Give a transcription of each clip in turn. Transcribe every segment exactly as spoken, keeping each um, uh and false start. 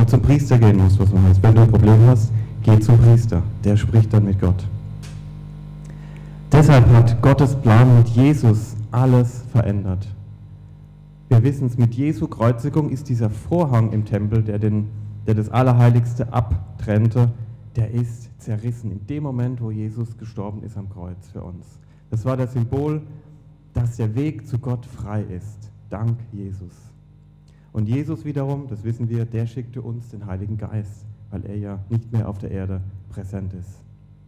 mal zum Priester gehen musst, was man heißt. Wenn du ein Problem hast, geh zum Priester. Der spricht dann mit Gott. Deshalb hat Gottes Plan mit Jesus alles verändert. Wir wissen es, mit Jesu Kreuzigung ist dieser Vorhang im Tempel, der, den, der das Allerheiligste abtrennte, der ist zerrissen. In dem Moment, wo Jesus gestorben ist am Kreuz für uns. Das war das Symbol, dass der Weg zu Gott frei ist. Dank Jesus. Und Jesus wiederum, das wissen wir, der schickte uns den Heiligen Geist, weil er ja nicht mehr auf der Erde präsent ist.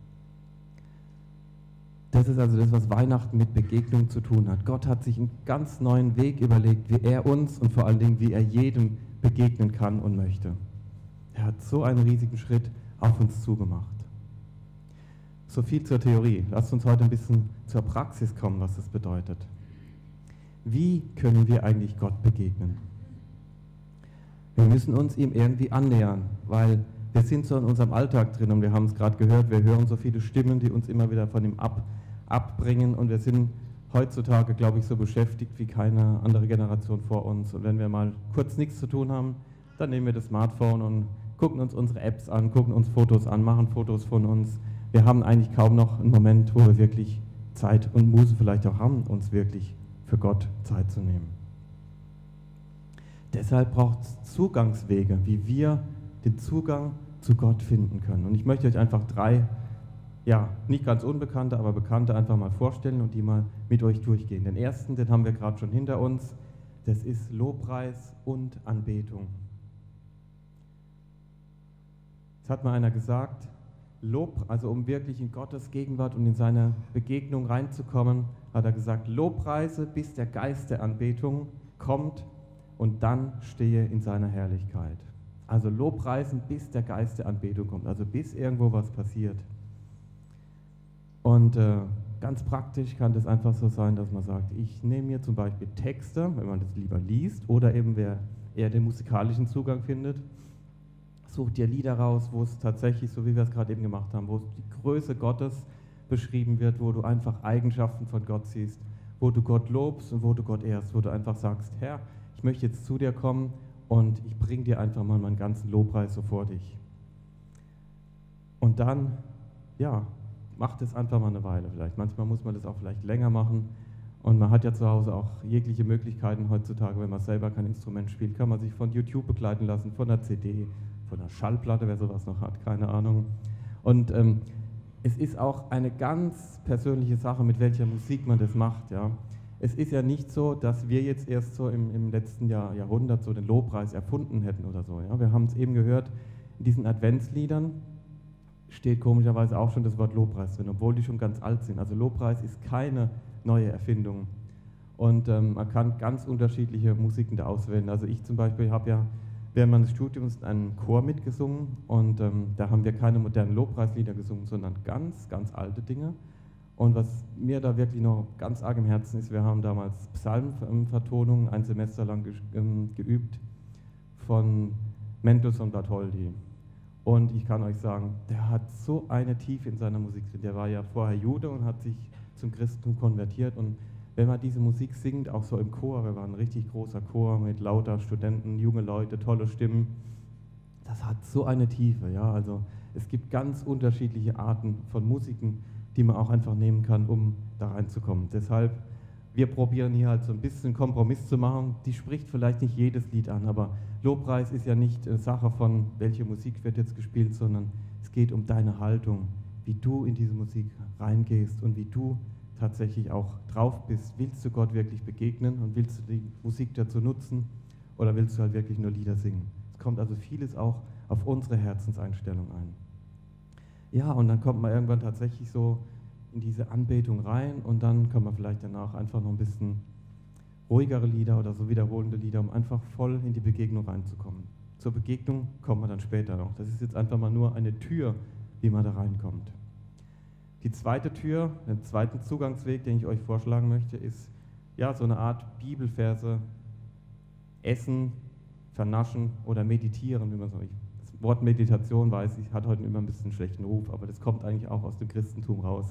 Das ist also das, was Weihnachten mit Begegnung zu tun hat. Gott hat sich einen ganz neuen Weg überlegt, wie er uns und vor allen Dingen, wie er jedem begegnen kann und möchte. Er hat so einen riesigen Schritt auf uns zugemacht. So viel zur Theorie. Lasst uns heute ein bisschen zur Praxis kommen, was das bedeutet. Wie können wir eigentlich Gott begegnen? Wir müssen uns ihm irgendwie annähern, weil wir sind so in unserem Alltag drin und wir haben es gerade gehört, wir hören so viele Stimmen, die uns immer wieder von ihm ab, abbringen und wir sind heutzutage, glaube ich, so beschäftigt wie keine andere Generation vor uns. Und wenn wir mal kurz nichts zu tun haben, dann nehmen wir das Smartphone und gucken uns unsere Apps an, gucken uns Fotos an, machen Fotos von uns. Wir haben eigentlich kaum noch einen Moment, wo wir wirklich Zeit und Muße vielleicht auch haben, uns wirklich für Gott Zeit zu nehmen. Deshalb braucht es Zugangswege, wie wir den Zugang zu Gott finden können. Und ich möchte euch einfach drei, ja, nicht ganz unbekannte, aber bekannte einfach mal vorstellen und die mal mit euch durchgehen. Den ersten, den haben wir gerade schon hinter uns, das ist Lobpreis und Anbetung. Jetzt hat mal einer gesagt, Lob, also um wirklich in Gottes Gegenwart und in seine Begegnung reinzukommen, hat er gesagt, Lobpreise, bis der Geist der Anbetung kommt und dann stehe in seiner Herrlichkeit. Also Lobpreisen, bis der Geist der Anbetung kommt, also bis irgendwo was passiert. Und äh, ganz praktisch kann das einfach so sein, dass man sagt, ich nehme mir zum Beispiel Texte, wenn man das lieber liest, oder eben wer eher den musikalischen Zugang findet, such dir Lieder raus, wo es tatsächlich, so wie wir es gerade eben gemacht haben, wo die Größe Gottes beschrieben wird, wo du einfach Eigenschaften von Gott siehst, wo du Gott lobst und wo du Gott ehrst, wo du einfach sagst, Herr, ich möchte jetzt zu dir kommen und ich bringe dir einfach mal meinen ganzen Lobpreis so vor dich. Und dann, ja, mach das einfach mal eine Weile vielleicht. Manchmal muss man das auch vielleicht länger machen und man hat ja zu Hause auch jegliche Möglichkeiten heutzutage, wenn man selber kein Instrument spielt, kann man sich von YouTube begleiten lassen, von einer C D, von einer Schallplatte, wer sowas noch hat, keine Ahnung. Und ähm, es ist auch eine ganz persönliche Sache, mit welcher Musik man das macht, ja. Es ist ja nicht so, dass wir jetzt erst so im, im letzten Jahr, Jahrhundert so den Lobpreis erfunden hätten oder so. Ja? Wir haben es eben gehört, in diesen Adventsliedern steht komischerweise auch schon das Wort Lobpreis drin, obwohl die schon ganz alt sind. Also Lobpreis ist keine neue Erfindung. Und ähm, man kann ganz unterschiedliche Musiken da auswählen. Also ich zum Beispiel habe ja während meines Studiums einen Chor mitgesungen und ähm, da haben wir keine modernen Lobpreislieder gesungen, sondern ganz, ganz alte Dinge. Und was mir da wirklich noch ganz arg im Herzen ist, wir haben damals Psalmvertonungen ein Semester lang ge ähm, geübt von Mendelssohn Bartholdy. Und ich kann euch sagen, der hat so eine Tiefe in seiner Musik drin. Der war ja vorher Jude und hat sich zum Christentum konvertiert. Und wenn man diese Musik singt, auch so im Chor, wir waren ein richtig großer Chor mit lauter Studenten, junge Leute, tolle Stimmen, das hat so eine Tiefe. Ja? Also es gibt ganz unterschiedliche Arten von Musiken, die man auch einfach nehmen kann, um da reinzukommen. Deshalb, wir probieren hier halt so ein bisschen Kompromiss zu machen. Die spricht vielleicht nicht jedes Lied an, aber Lobpreis ist ja nicht äh, Sache von, welche Musik wird jetzt gespielt, sondern es geht um deine Haltung, wie du in diese Musik reingehst und wie du tatsächlich auch drauf bist. Willst du Gott wirklich begegnen und willst du die Musik dazu nutzen oder willst du halt wirklich nur Lieder singen? Es kommt also vieles auch auf unsere Herzenseinstellung ein. Ja, und dann kommt man irgendwann tatsächlich so in diese Anbetung rein und dann kann man vielleicht danach einfach noch ein bisschen ruhigere Lieder oder so wiederholende Lieder, um einfach voll in die Begegnung reinzukommen. Zur Begegnung kommen wir dann später noch. Das ist jetzt einfach mal nur eine Tür, wie man da reinkommt. Die zweite Tür, den zweiten Zugangsweg, den ich euch vorschlagen möchte, ist ja so eine Art Bibelverse essen, vernaschen oder meditieren, wie man so. Das Wort Meditation, weiß ich, hat heute immer ein bisschen einen schlechten Ruf, aber das kommt eigentlich auch aus dem Christentum raus.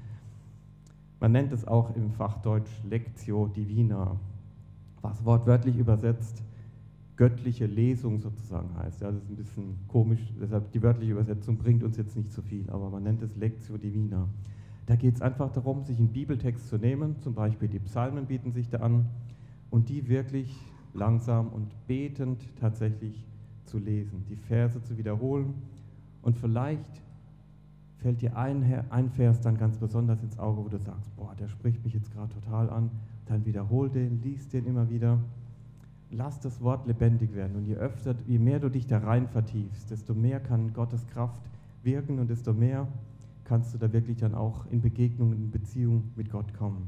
Man nennt es auch im Fachdeutsch Lectio Divina, was wortwörtlich übersetzt göttliche Lesung sozusagen heißt. Ja, das ist ein bisschen komisch, deshalb die wörtliche Übersetzung bringt uns jetzt nicht so viel, aber man nennt es Lectio Divina. Da geht es einfach darum, sich einen Bibeltext zu nehmen, zum Beispiel die Psalmen bieten sich da an, und die wirklich langsam und betend tatsächlich zu lesen, die Verse zu wiederholen. Und vielleicht fällt dir ein, ein Vers dann ganz besonders ins Auge, wo du sagst, boah, der spricht mich jetzt gerade total an. Dann wiederhol den, lies den immer wieder. Lass das Wort lebendig werden. Und je öfter, je mehr du dich da rein vertiefst, desto mehr kann Gottes Kraft wirken und desto mehr kannst du da wirklich dann auch in Begegnung, in Beziehung mit Gott kommen.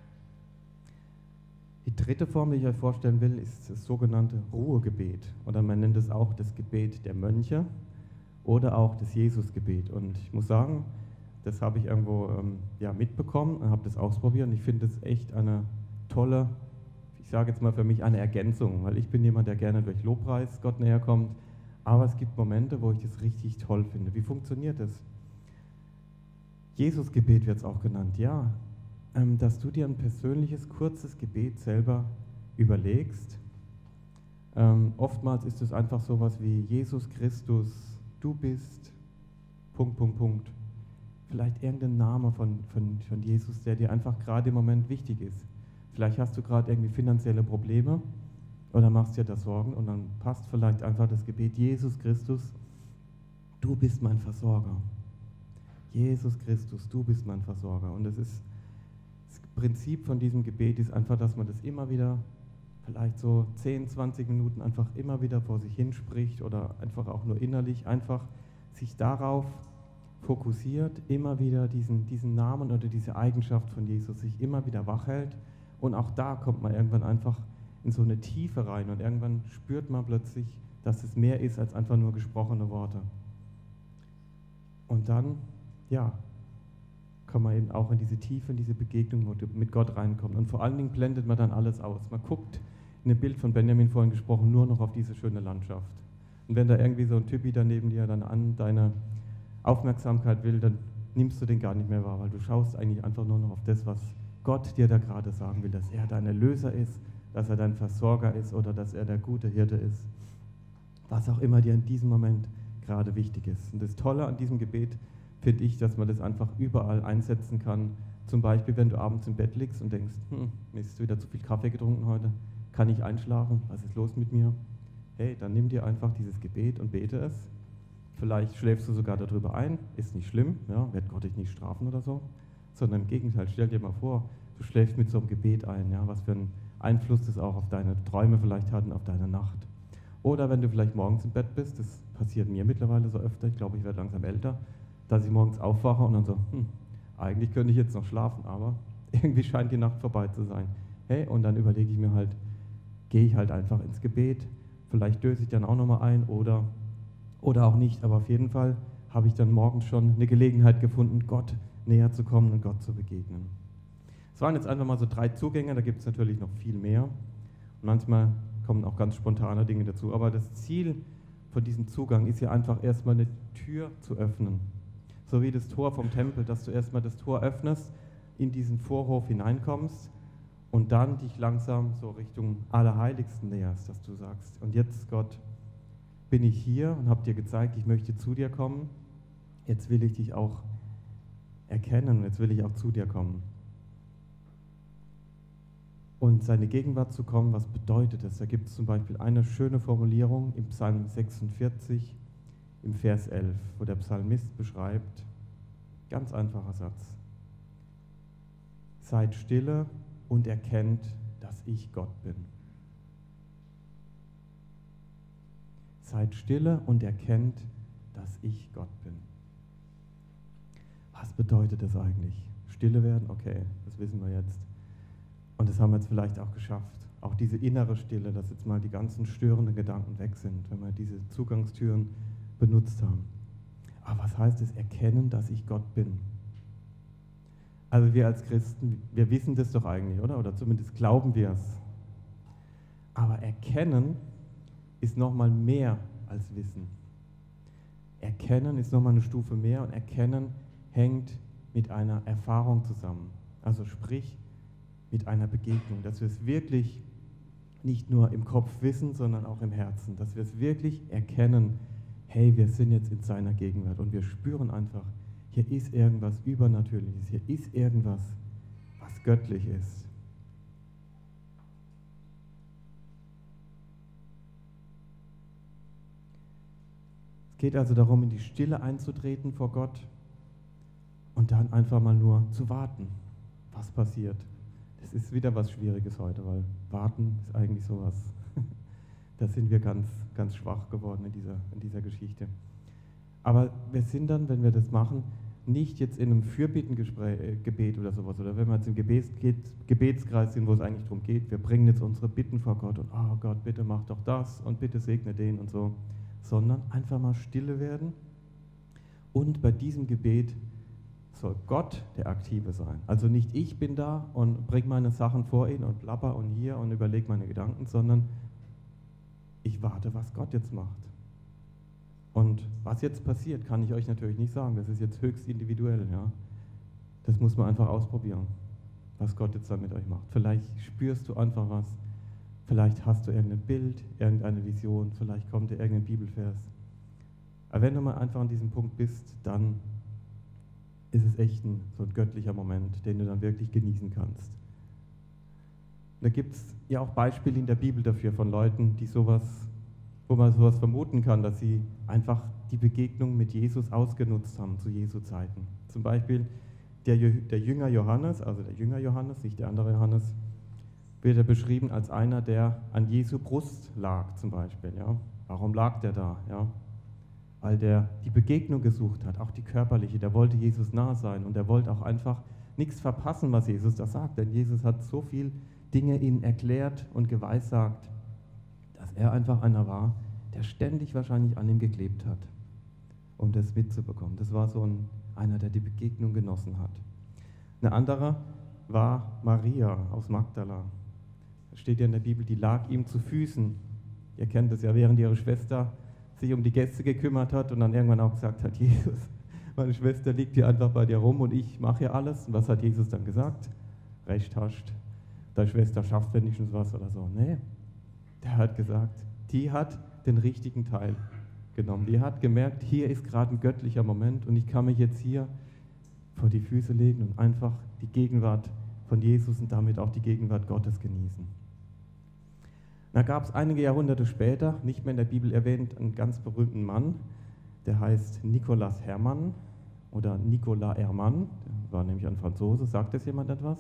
Die dritte Form, die ich euch vorstellen will, ist das sogenannte Ruhegebet. Oder man nennt es auch das Gebet der Mönche oder auch das Jesusgebet. Und ich muss sagen, das habe ich irgendwo ähm, ja, mitbekommen und habe das ausprobiert. Und ich finde das echt eine tolle, ich sage jetzt mal für mich eine Ergänzung, weil ich bin jemand, der gerne durch Lobpreis Gott näher kommt. Aber es gibt Momente, wo ich das richtig toll finde. Wie funktioniert das? Jesusgebet wird es auch genannt, ja. Dass du dir ein persönliches, kurzes Gebet selber überlegst. Ähm, oftmals ist es einfach sowas wie Jesus Christus, du bist, Punkt, Punkt, Punkt. Vielleicht irgendein Name von, von, von Jesus, der dir einfach gerade im Moment wichtig ist. Vielleicht hast du gerade irgendwie finanzielle Probleme oder machst dir da Sorgen und dann passt vielleicht einfach das Gebet, Jesus Christus, du bist mein Versorger. Jesus Christus, du bist mein Versorger. Und das ist das Prinzip von diesem Gebet ist einfach, dass man das immer wieder, vielleicht so zehn, zwanzig Minuten einfach immer wieder vor sich hinspricht oder einfach auch nur innerlich, einfach sich darauf fokussiert, immer wieder diesen, diesen Namen oder diese Eigenschaft von Jesus sich immer wieder wachhält. Und auch da kommt man irgendwann einfach in so eine Tiefe rein und irgendwann spürt man plötzlich, dass es mehr ist als einfach nur gesprochene Worte. Und dann, ja, kann man eben auch in diese Tiefe, in diese Begegnung mit Gott reinkommen. Und vor allen Dingen blendet man dann alles aus. Man guckt, in dem Bild von Benjamin vorhin gesprochen, nur noch auf diese schöne Landschaft. Und wenn da irgendwie so ein Typi daneben dir dann an deine Aufmerksamkeit will, dann nimmst du den gar nicht mehr wahr, weil du schaust eigentlich einfach nur noch auf das, was Gott dir da gerade sagen will, dass er dein Erlöser ist, dass er dein Versorger ist oder dass er der gute Hirte ist. Was auch immer dir in diesem Moment gerade wichtig ist. Und das Tolle an diesem Gebet finde ich, dass man das einfach überall einsetzen kann. Zum Beispiel, wenn du abends im Bett liegst und denkst, hm, Mist, wieder zu viel Kaffee getrunken heute, kann ich einschlafen, was ist los mit mir? Hey, dann nimm dir einfach dieses Gebet und bete es. Vielleicht schläfst du sogar darüber ein, ist nicht schlimm, ja, wird Gott dich nicht strafen oder so, sondern im Gegenteil, stell dir mal vor, du schläfst mit so einem Gebet ein, ja, was für einen Einfluss das auch auf deine Träume vielleicht hat und auf deine Nacht. Oder wenn du vielleicht morgens im Bett bist, das passiert mir mittlerweile so öfter, ich glaube, ich werde langsam älter, dass ich morgens aufwache und dann so, hm, eigentlich könnte ich jetzt noch schlafen, aber irgendwie scheint die Nacht vorbei zu sein. Hey, und dann überlege ich mir halt, gehe ich halt einfach ins Gebet, vielleicht döse ich dann auch nochmal ein oder, oder auch nicht, aber auf jeden Fall habe ich dann morgens schon eine Gelegenheit gefunden, Gott näher zu kommen und Gott zu begegnen. Es waren jetzt einfach mal so drei Zugänge, da gibt es natürlich noch viel mehr. Und manchmal kommen auch ganz spontane Dinge dazu, aber das Ziel von diesem Zugang ist ja einfach erstmal eine Tür zu öffnen. So wie das Tor vom Tempel, dass du erstmal das Tor öffnest, in diesen Vorhof hineinkommst und dann dich langsam so Richtung Allerheiligsten näherst, dass du sagst, und jetzt Gott, bin ich hier und habe dir gezeigt, ich möchte zu dir kommen, jetzt will ich dich auch erkennen und jetzt will ich auch zu dir kommen. Und seine Gegenwart zu kommen, was bedeutet das? Da gibt es zum Beispiel eine schöne Formulierung im Psalm sechsundvierzig, im Vers elf, wo der Psalmist beschreibt, ganz einfacher Satz, seid stille und erkennt, dass ich Gott bin. Seid stille und erkennt, dass ich Gott bin. Was bedeutet das eigentlich? Stille werden? Okay, das wissen wir jetzt. Und das haben wir jetzt vielleicht auch geschafft. Auch diese innere Stille, dass jetzt mal die ganzen störenden Gedanken weg sind, wenn wir diese Zugangstüren benutzt haben. Aber was heißt es, erkennen, dass ich Gott bin? Also wir als Christen, wir wissen das doch eigentlich, oder? Oder zumindest glauben wir es. Aber erkennen ist nochmal mehr als Wissen. Erkennen ist nochmal eine Stufe mehr und Erkennen hängt mit einer Erfahrung zusammen. Also sprich, mit einer Begegnung, dass wir es wirklich nicht nur im Kopf wissen, sondern auch im Herzen, dass wir es wirklich erkennen, hey, wir sind jetzt in seiner Gegenwart und wir spüren einfach, hier ist irgendwas Übernatürliches, hier ist irgendwas, was göttlich ist. Es geht also darum, in die Stille einzutreten vor Gott und dann einfach mal nur zu warten, was passiert. Das ist wieder was Schwieriges heute, weil warten ist eigentlich sowas, da sind wir ganz, ganz schwach geworden in dieser, in dieser Geschichte. Aber wir sind dann, wenn wir das machen, nicht jetzt in einem Fürbittengebet oder sowas, oder wenn wir jetzt im Gebets, Gebetskreis sind, wo es eigentlich darum geht, wir bringen jetzt unsere Bitten vor Gott und, oh Gott, bitte mach doch das und bitte segne den und so, sondern einfach mal stille werden und bei diesem Gebet soll Gott der Aktive sein. Also nicht ich bin da und bringe meine Sachen vor ihn und plapper und hier und überlege meine Gedanken, sondern ich warte, was Gott jetzt macht. Und was jetzt passiert, kann ich euch natürlich nicht sagen. Das ist jetzt höchst individuell. Ja? Das muss man einfach ausprobieren, was Gott jetzt da mit euch macht. Vielleicht spürst du einfach was. Vielleicht hast du irgendein Bild, irgendeine Vision. Vielleicht kommt dir irgendein Bibelvers. Aber wenn du mal einfach an diesem Punkt bist, dann ist es echt ein, so ein göttlicher Moment, den du dann wirklich genießen kannst. Da gibt es ja auch Beispiele in der Bibel dafür von Leuten, die sowas, wo man sowas vermuten kann, dass sie einfach die Begegnung mit Jesus ausgenutzt haben zu Jesu Zeiten. Zum Beispiel der, der Jünger Johannes, also der Jünger Johannes, nicht der andere Johannes, wird er beschrieben als einer, der an Jesu Brust lag zum Beispiel. Ja? Warum lag der da? Ja? Weil der die Begegnung gesucht hat, auch die körperliche. Der wollte Jesus nah sein und er wollte auch einfach nichts verpassen, was Jesus da sagt. Denn Jesus hat so viel Dinge ihnen erklärt und geweissagt, dass er einfach einer war, der ständig wahrscheinlich an ihm geklebt hat, um das mitzubekommen. Das war so ein, einer, der die Begegnung genossen hat. Eine andere war Maria aus Magdala. Da steht ja in der Bibel, die lag ihm zu Füßen. Ihr kennt das ja, während ihre Schwester sich um die Gäste gekümmert hat und dann irgendwann auch gesagt hat, Jesus, meine Schwester liegt hier einfach bei dir rum und ich mache hier alles. Und was hat Jesus dann gesagt? Recht hascht, deine Schwester schafft wenigstens was oder so. Nee, der hat gesagt, die hat den richtigen Teil genommen. Die hat gemerkt, hier ist gerade ein göttlicher Moment und ich kann mich jetzt hier vor die Füße legen und einfach die Gegenwart von Jesus und damit auch die Gegenwart Gottes genießen. Da gab es einige Jahrhunderte später, nicht mehr in der Bibel erwähnt, einen ganz berühmten Mann, der heißt Nicolas Hermann oder Nicolas Hermann, der war nämlich ein Franzose. Sagt das jemand etwas?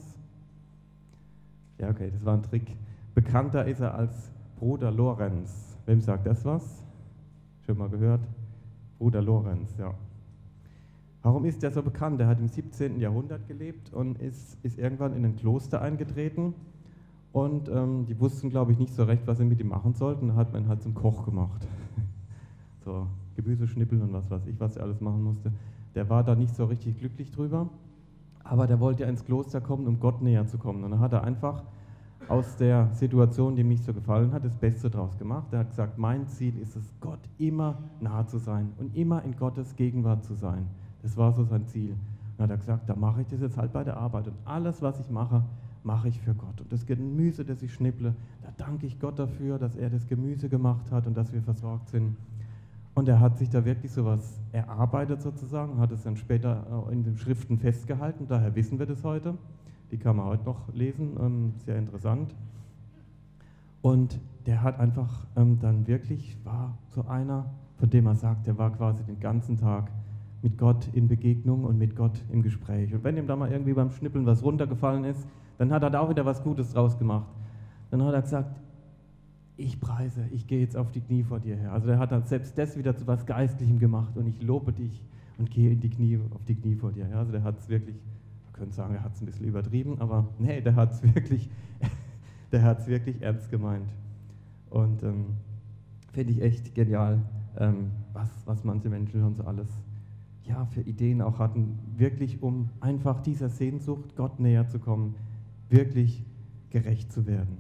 Ja, okay, das war ein Trick. Bekannter ist er als Bruder Lorenz. Wem sagt das was? Schon mal gehört? Bruder Lorenz, ja. Warum ist der so bekannt? Der hat im siebzehnten Jahrhundert gelebt und ist, ist irgendwann in ein Kloster eingetreten. Und ähm, die wussten, glaube ich, nicht so recht, was sie mit ihm machen sollten. Da hat man ihn halt zum Koch gemacht. So, Gemüse schnippeln und was weiß ich, was er alles machen musste. Der war da nicht so richtig glücklich drüber. Aber der wollte ja ins Kloster kommen, um Gott näher zu kommen. Und dann hat er einfach aus der Situation, die ihm nicht so gefallen hat, das Beste draus gemacht. Er hat gesagt, mein Ziel ist es, Gott immer nahe zu sein und immer in Gottes Gegenwart zu sein. Das war so sein Ziel. Und dann hat er gesagt, da mache ich das jetzt halt bei der Arbeit. Und alles, was ich mache, mache ich für Gott. Und das Gemüse, das ich schnipple, da danke ich Gott dafür, dass er das Gemüse gemacht hat und dass wir versorgt sind. Und er hat sich da wirklich sowas erarbeitet sozusagen, hat es dann später in den Schriften festgehalten, daher wissen wir das heute. Die kann man heute noch lesen, ähm, sehr interessant. Und der hat einfach ähm, dann wirklich, war so einer, von dem er sagt, der war quasi den ganzen Tag mit Gott in Begegnung und mit Gott im Gespräch. Und wenn ihm da mal irgendwie beim Schnippeln was runtergefallen ist, dann hat er da auch wieder was Gutes draus gemacht. Dann hat er gesagt, ich preise, ich gehe jetzt auf die Knie vor dir her. Also der hat dann selbst das wieder zu was Geistlichem gemacht und ich lobe dich und gehe in die Knie, auf die Knie vor dir her. Also der hat es wirklich, man könnte sagen, er hat es ein bisschen übertrieben, aber nee, der hat es wirklich, der hat es wirklich ernst gemeint. Und ähm, finde ich echt genial, ähm, was, was manche Menschen schon so alles ja, für Ideen auch hatten, wirklich um einfach dieser Sehnsucht, Gott näher zu kommen, wirklich gerecht zu werden.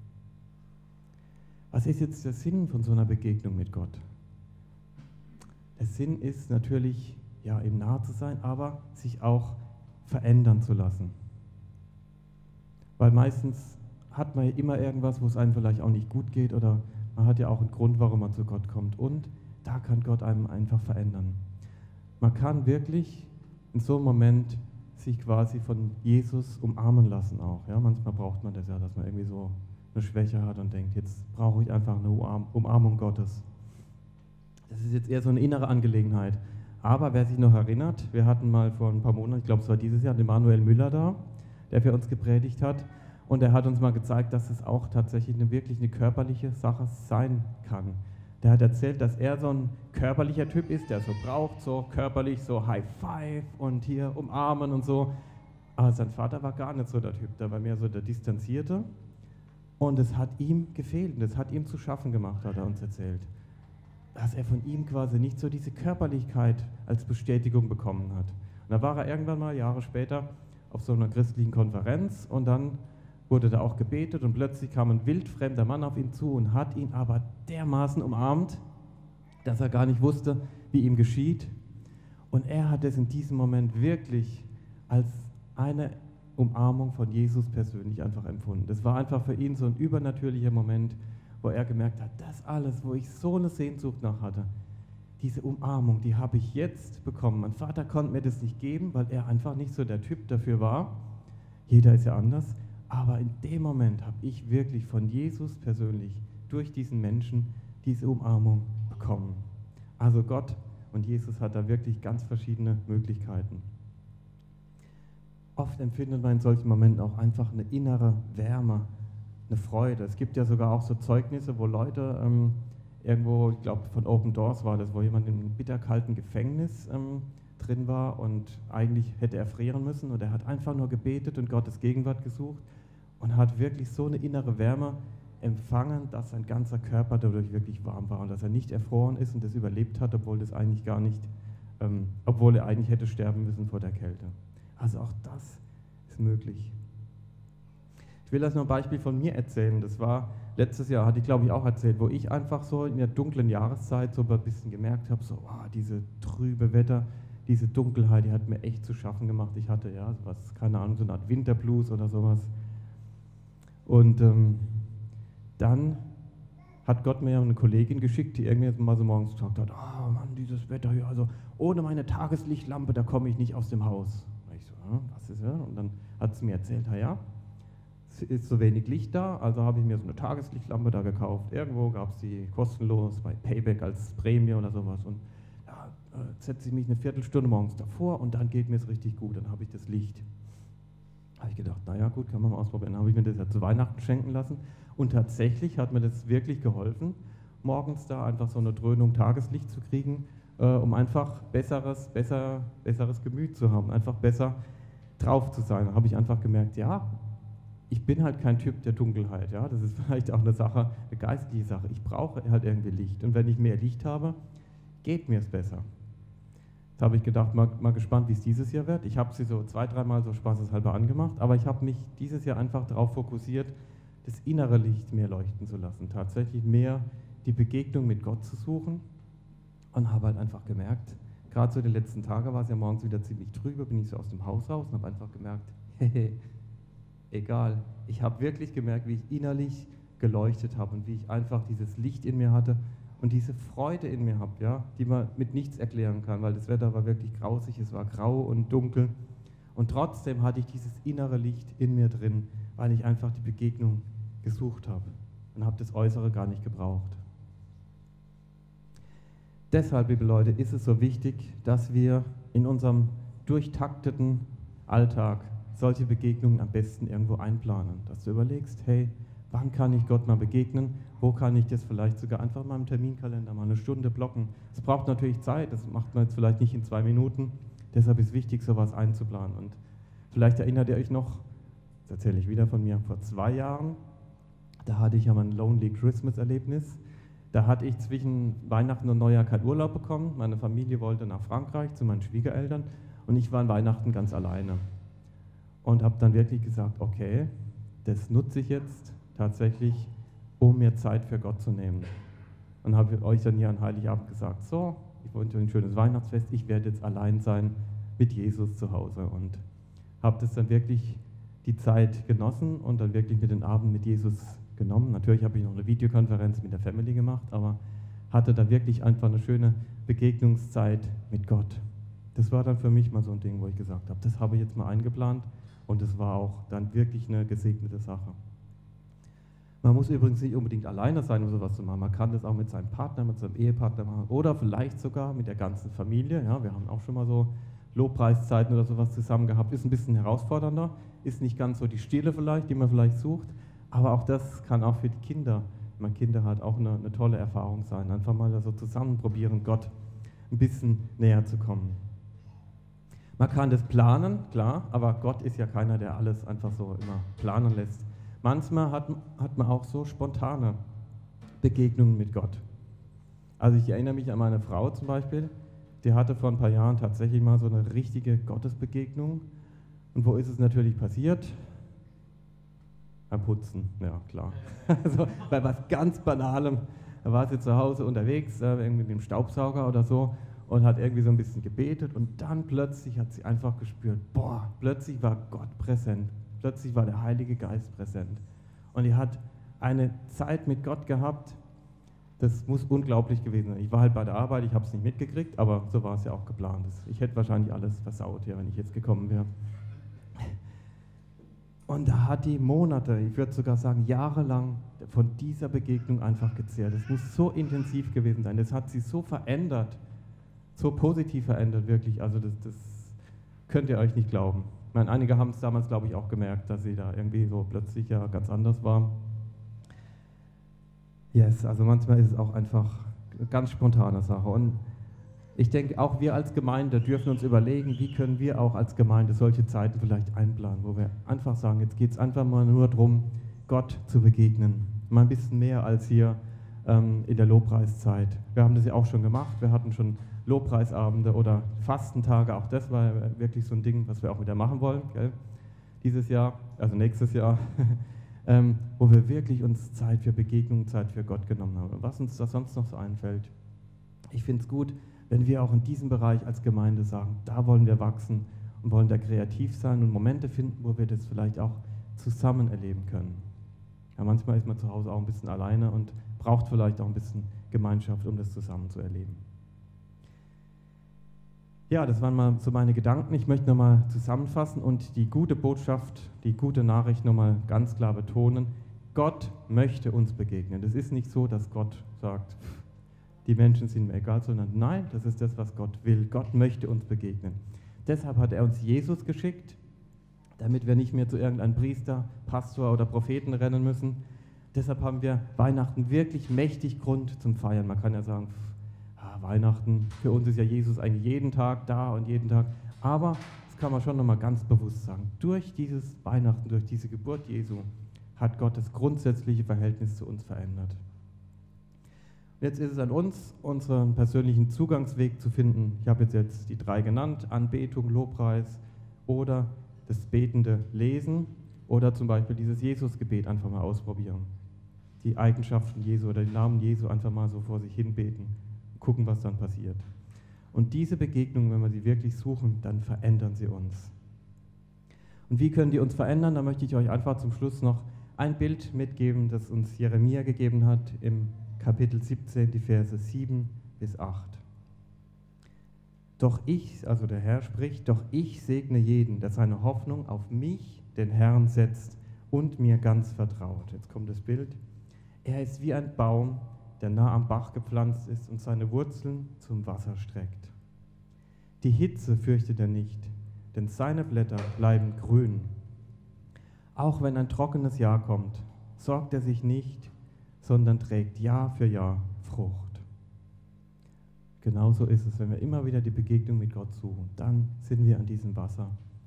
Was ist jetzt der Sinn von so einer Begegnung mit Gott? Der Sinn ist natürlich, ja, ihm nahe zu sein, aber sich auch verändern zu lassen. Weil meistens hat man ja immer irgendwas, wo es einem vielleicht auch nicht gut geht oder man hat ja auch einen Grund, warum man zu Gott kommt. Und da kann Gott einem einfach verändern. Man kann wirklich in so einem Moment sich quasi von Jesus umarmen lassen auch. Ja? Manchmal braucht man das ja, dass man irgendwie so eine Schwäche hat und denkt, jetzt brauche ich einfach eine Umarm- Umarmung Gottes. Das ist jetzt eher so eine innere Angelegenheit. Aber wer sich noch erinnert, wir hatten mal vor ein paar Monaten, ich glaube es war dieses Jahr, den Manuel Müller da, der für uns gepredigt hat. Und er hat uns mal gezeigt, dass es auch tatsächlich eine wirklich eine körperliche Sache sein kann. Der hat erzählt, dass er so ein körperlicher Typ ist, der so braucht, so körperlich, so High Five und hier umarmen und so. Aber sein Vater war gar nicht so der Typ, der war mehr so der Distanzierte. Und es hat ihm gefehlt, und es hat ihm zu schaffen gemacht, hat er uns erzählt. Dass er von ihm quasi nicht so diese Körperlichkeit als Bestätigung bekommen hat. Und da war er irgendwann mal, Jahre später, auf so einer christlichen Konferenz und dann wurde da auch gebetet und plötzlich kam ein wildfremder Mann auf ihn zu und hat ihn aber dermaßen umarmt, dass er gar nicht wusste, wie ihm geschieht. Und er hat es in diesem Moment wirklich als eine Umarmung von Jesus persönlich einfach empfunden. Das war einfach für ihn so ein übernatürlicher Moment, wo er gemerkt hat, das alles, wo ich so eine Sehnsucht nach hatte, diese Umarmung, die habe ich jetzt bekommen. Mein Vater konnte mir das nicht geben, weil er einfach nicht so der Typ dafür war. Jeder ist ja anders. Aber in dem Moment habe ich wirklich von Jesus persönlich durch diesen Menschen diese Umarmung bekommen. Also Gott und Jesus hat da wirklich ganz verschiedene Möglichkeiten. Oft empfindet man in solchen Momenten auch einfach eine innere Wärme, eine Freude. Es gibt ja sogar auch so Zeugnisse, wo Leute ähm, irgendwo, ich glaube von Open Doors war das, wo jemand in einem bitterkalten Gefängnis ähm, drin war und eigentlich hätte er frieren müssen und er hat einfach nur gebetet und Gottes Gegenwart gesucht und hat wirklich so eine innere Wärme empfangen, dass sein ganzer Körper dadurch wirklich warm war und dass er nicht erfroren ist und das überlebt hat, obwohl das eigentlich gar nicht, ähm, obwohl er eigentlich hätte sterben müssen vor der Kälte. Also auch das ist möglich. Ich will euch noch ein Beispiel von mir erzählen. Das war letztes Jahr, hatte ich glaube ich auch erzählt, wo ich einfach so in der dunklen Jahreszeit so ein bisschen gemerkt habe, so oh, diese trübe Wetter, diese Dunkelheit, die hat mir echt zu schaffen gemacht. Ich hatte ja was, keine Ahnung, so eine Art Winterblues oder sowas. Und ähm, dann hat Gott mir eine Kollegin geschickt, die irgendwie mal so morgens gesagt hat, oh Mann, dieses Wetter hier, also ohne meine Tageslichtlampe, da komme ich nicht aus dem Haus. Und ich so, ah, was ist das? Und dann hat sie mir erzählt, na ja, es ist so wenig Licht da, also habe ich mir so eine Tageslichtlampe da gekauft. Irgendwo gab es die kostenlos bei Payback als Prämie oder sowas. Und ja, äh, setze ich mich eine Viertelstunde morgens davor und dann geht mir es richtig gut, dann habe ich das Licht. Habe ich gedacht, naja gut, kann man mal ausprobieren. Dann habe ich mir das ja zu Weihnachten schenken lassen und tatsächlich hat mir das wirklich geholfen, morgens da einfach so eine Dröhnung Tageslicht zu kriegen, äh, um einfach besseres, besser, besseres Gemüt zu haben, einfach besser drauf zu sein. Da habe ich einfach gemerkt, ja, ich bin halt kein Typ der Dunkelheit, ja, das ist vielleicht auch eine Sache, eine geistliche Sache. Ich brauche halt irgendwie Licht und wenn ich mehr Licht habe, geht mir es besser. Da habe ich gedacht, mal, mal gespannt, wie es dieses Jahr wird. Ich habe sie so zwei, dreimal so spaßeshalber angemacht, aber ich habe mich dieses Jahr einfach darauf fokussiert, das innere Licht mehr leuchten zu lassen, tatsächlich mehr die Begegnung mit Gott zu suchen und habe halt einfach gemerkt, gerade so die letzten Tage war es ja morgens wieder ziemlich trübe, bin ich so aus dem Haus raus und habe einfach gemerkt, hehe, egal. Ich habe wirklich gemerkt, wie ich innerlich geleuchtet habe und wie ich einfach dieses Licht in mir hatte und diese Freude in mir habe, ja, die man mit nichts erklären kann, weil das Wetter war wirklich grausig, es war grau und dunkel und trotzdem hatte ich dieses innere Licht in mir drin, weil ich einfach die Begegnung gesucht habe und habe das Äußere gar nicht gebraucht. Deshalb, liebe Leute, ist es so wichtig, dass wir in unserem durchtakteten Alltag solche Begegnungen am besten irgendwo einplanen, dass du überlegst, hey, wann kann ich Gott mal begegnen? Wo kann ich das vielleicht sogar einfach mal im Terminkalender mal eine Stunde blocken? Es braucht natürlich Zeit, das macht man jetzt vielleicht nicht in zwei Minuten. Deshalb ist wichtig, sowas einzuplanen. Und vielleicht erinnert ihr euch noch, das erzähle ich wieder von mir, vor zwei Jahren, da hatte ich ja mein Lonely Christmas-Erlebnis. Da hatte ich zwischen Weihnachten und Neujahr keinen Urlaub bekommen. Meine Familie wollte nach Frankreich zu meinen Schwiegereltern und ich war an Weihnachten ganz alleine. Und habe dann wirklich gesagt, okay, das nutze ich jetzt tatsächlich, um mir Zeit für Gott zu nehmen. Und habe euch dann hier an Heiligabend gesagt, so, ich wünsche euch ein schönes Weihnachtsfest, ich werde jetzt allein sein mit Jesus zu Hause. Und habe das dann wirklich die Zeit genossen und dann wirklich mit den Abend mit Jesus genommen. Natürlich habe ich noch eine Videokonferenz mit der Family gemacht, aber hatte da wirklich einfach eine schöne Begegnungszeit mit Gott. Das war dann für mich mal so ein Ding, wo ich gesagt habe, das habe ich jetzt mal eingeplant und das war auch dann wirklich eine gesegnete Sache. Man muss übrigens nicht unbedingt alleine sein, um sowas zu machen. Man kann das auch mit seinem Partner, mit seinem Ehepartner machen oder vielleicht sogar mit der ganzen Familie. Ja, wir haben auch schon mal so Lobpreiszeiten oder sowas zusammen gehabt. Ist ein bisschen herausfordernder, ist nicht ganz so die Stille vielleicht, die man vielleicht sucht, aber auch das kann auch für die Kinder, wenn man Kinder hat, auch eine, eine tolle Erfahrung sein. Einfach mal so zusammen probieren, Gott ein bisschen näher zu kommen. Man kann das planen, klar, aber Gott ist ja keiner, der alles einfach so immer planen lässt. Manchmal hat, hat man auch so spontane Begegnungen mit Gott. Also ich erinnere mich an meine Frau zum Beispiel, die hatte vor ein paar Jahren tatsächlich mal so eine richtige Gottesbegegnung. Und wo ist es natürlich passiert? Beim Putzen, ja klar. Also bei was ganz Banalem, da war sie zu Hause unterwegs, äh, irgendwie mit dem Staubsauger oder so und hat irgendwie so ein bisschen gebetet und dann plötzlich hat sie einfach gespürt, boah, plötzlich war Gott präsent. Plötzlich war der Heilige Geist präsent. Und die hat eine Zeit mit Gott gehabt, das muss unglaublich gewesen sein. Ich war halt bei der Arbeit, ich habe es nicht mitgekriegt, aber so war es ja auch geplant. Ich hätte wahrscheinlich alles versaut, ja, wenn ich jetzt gekommen wäre. Und da hat die Monate, ich würde sogar sagen jahrelang von dieser Begegnung einfach gezehrt. Das muss so intensiv gewesen sein. Das hat sie so verändert, so positiv verändert, wirklich. Also das, das könnt ihr euch nicht glauben. Ich meine, einige haben es damals, glaube ich, auch gemerkt, dass sie da irgendwie so plötzlich ja ganz anders war. Yes, also manchmal ist es auch einfach eine ganz spontane Sache. Und ich denke, auch wir als Gemeinde dürfen uns überlegen, wie können wir auch als Gemeinde solche Zeiten vielleicht einplanen, wo wir einfach sagen, jetzt geht es einfach mal nur darum, Gott zu begegnen. Mal ein bisschen mehr als hier ähm, in der Lobpreiszeit. Wir haben das ja auch schon gemacht, wir hatten schon Lobpreisabende oder Fastentage, auch das war wirklich so ein Ding, was wir auch wieder machen wollen, gell? Dieses Jahr, also nächstes Jahr, ähm, wo wir wirklich uns Zeit für Begegnung, Zeit für Gott genommen haben. Und was uns da sonst noch so einfällt. Ich finde es gut, wenn wir auch in diesem Bereich als Gemeinde sagen, da wollen wir wachsen und wollen da kreativ sein und Momente finden, wo wir das vielleicht auch zusammen erleben können. Ja, manchmal ist man zu Hause auch ein bisschen alleine und braucht vielleicht auch ein bisschen Gemeinschaft, um das zusammen zu erleben. Ja, das waren mal so meine Gedanken. Ich möchte nochmal zusammenfassen und die gute Botschaft, die gute Nachricht nochmal ganz klar betonen. Gott möchte uns begegnen. Das ist nicht so, dass Gott sagt, die Menschen sind mir egal, sondern nein, das ist das, was Gott will. Gott möchte uns begegnen. Deshalb hat er uns Jesus geschickt, damit wir nicht mehr zu irgendeinem Priester, Pastor oder Propheten rennen müssen. Deshalb haben wir Weihnachten wirklich mächtig Grund zum Feiern. Man kann ja sagen, Weihnachten, für uns ist ja Jesus eigentlich jeden Tag da und jeden Tag, aber das kann man schon nochmal ganz bewusst sagen, durch dieses Weihnachten, durch diese Geburt Jesu hat Gott das grundsätzliche Verhältnis zu uns verändert. Und jetzt ist es an uns, unseren persönlichen Zugangsweg zu finden. Ich habe jetzt, jetzt die drei genannt, Anbetung, Lobpreis oder das betende Lesen oder zum Beispiel dieses Jesusgebet einfach mal ausprobieren. Die Eigenschaften Jesu oder den Namen Jesu einfach mal so vor sich hin beten. Gucken, was dann passiert. Und diese Begegnungen, wenn wir sie wirklich suchen, dann verändern sie uns. Und wie können die uns verändern? Da möchte ich euch einfach zum Schluss noch ein Bild mitgeben, das uns Jeremia gegeben hat im Kapitel siebzehn, die Verse sieben bis acht. Doch ich, also der Herr spricht, doch ich segne jeden, der seine Hoffnung auf mich, den Herrn, setzt und mir ganz vertraut. Jetzt kommt das Bild. Er ist wie ein Baum, der nah am Bach gepflanzt ist und seine Wurzeln zum Wasser streckt. Die Hitze fürchtet er nicht, denn seine Blätter bleiben grün. Auch wenn ein trockenes Jahr kommt, sorgt er sich nicht, sondern trägt Jahr für Jahr Frucht. Genauso ist es, wenn wir immer wieder die Begegnung mit Gott suchen, dann sind wir an diesem Wasser.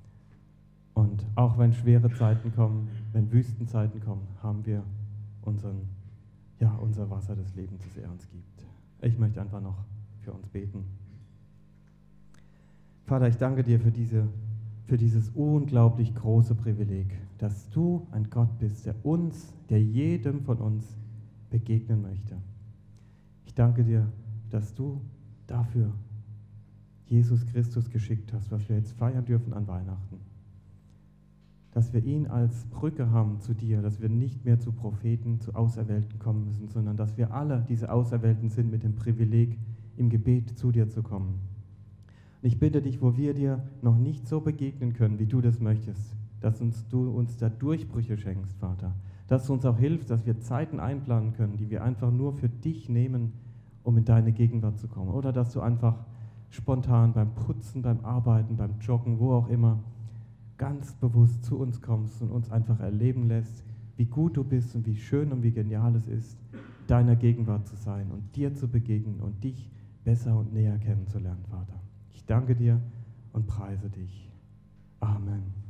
Und auch wenn schwere Zeiten kommen, wenn Wüstenzeiten kommen, haben wir unseren ja, unser Wasser des Lebens, das er uns gibt. Ich möchte einfach noch für uns beten. Vater, ich danke dir für, diese, für dieses unglaublich große Privileg, dass du ein Gott bist, der uns, der jedem von uns begegnen möchte. Ich danke dir, dass du dafür Jesus Christus geschickt hast, was wir jetzt feiern dürfen an Weihnachten. dass wir ihn als Brücke haben zu dir, dass wir nicht mehr zu Propheten, zu Auserwählten kommen müssen, sondern dass wir alle diese Auserwählten sind mit dem Privileg, im Gebet zu dir zu kommen. Und ich bitte dich, wo wir dir noch nicht so begegnen können, wie du das möchtest, dass uns, du uns da Durchbrüche schenkst, Vater. Dass du uns auch hilfst, dass wir Zeiten einplanen können, die wir einfach nur für dich nehmen, um in deine Gegenwart zu kommen. Oder dass du einfach spontan beim Putzen, beim Arbeiten, beim Joggen, wo auch immer, ganz bewusst zu uns kommst und uns einfach erleben lässt, wie gut du bist und wie schön und wie genial es ist, deiner Gegenwart zu sein und dir zu begegnen und dich besser und näher kennenzulernen, Vater. Ich danke dir und preise dich. Amen.